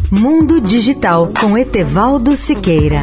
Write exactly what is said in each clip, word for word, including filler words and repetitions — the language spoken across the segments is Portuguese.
Mundo Digital com Etevaldo Siqueira.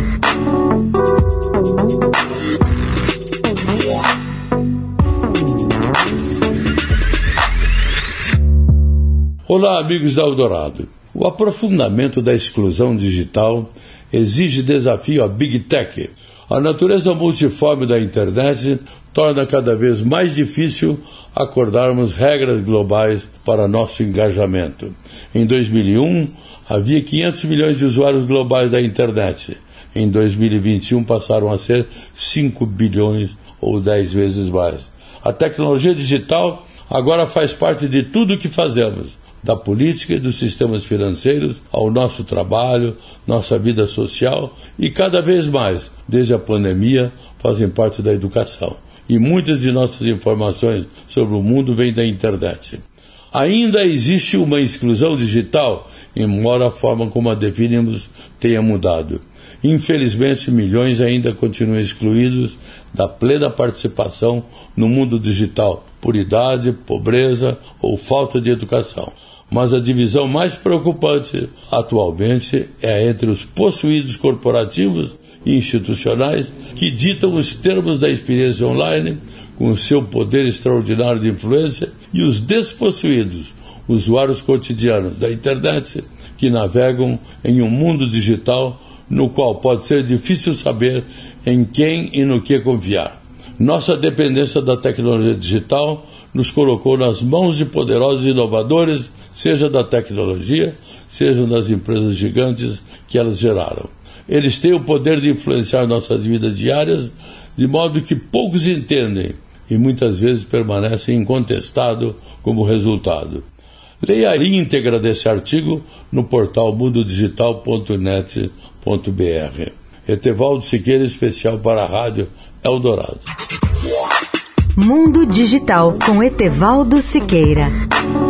Olá, amigos da Eldorado. O aprofundamento da exclusão digital exige desafio à Big Tech. A natureza multiforme da internet torna cada vez mais difícil acordarmos regras globais para nosso engajamento. Em dois mil e um, havia quinhentos milhões de usuários globais da internet. Em dois mil e vinte e um, passaram a ser cinco bilhões ou dez vezes mais. A tecnologia digital agora faz parte de tudo o que fazemos, da política e dos sistemas financeiros ao nosso trabalho, nossa vida social e, cada vez mais, desde a pandemia, fazem parte da educação. E muitas de nossas informações sobre o mundo vêm da internet. Ainda existe uma exclusão digital, embora a forma como a definimos tenha mudado. Infelizmente, milhões ainda continuam excluídos da plena participação no mundo digital, por idade, pobreza ou falta de educação. Mas a divisão mais preocupante atualmente é entre os possuídos corporativos e institucionais que ditam os termos da experiência online com o seu poder extraordinário de influência e os despossuídos, usuários cotidianos da internet que navegam em um mundo digital no qual pode ser difícil saber em quem e no que confiar. Nossa dependência da tecnologia digital nos colocou nas mãos de poderosos inovadores, seja da tecnologia, seja das empresas gigantes que elas geraram. Eles têm o poder de influenciar nossas vidas diárias, de modo que poucos entendem e muitas vezes permanecem incontestados como resultado. Leia a íntegra desse artigo no portal mundo digital ponto net ponto b r. Etevaldo Siqueira, especial para a Rádio Eldorado. Mundo Digital com Etevaldo Siqueira.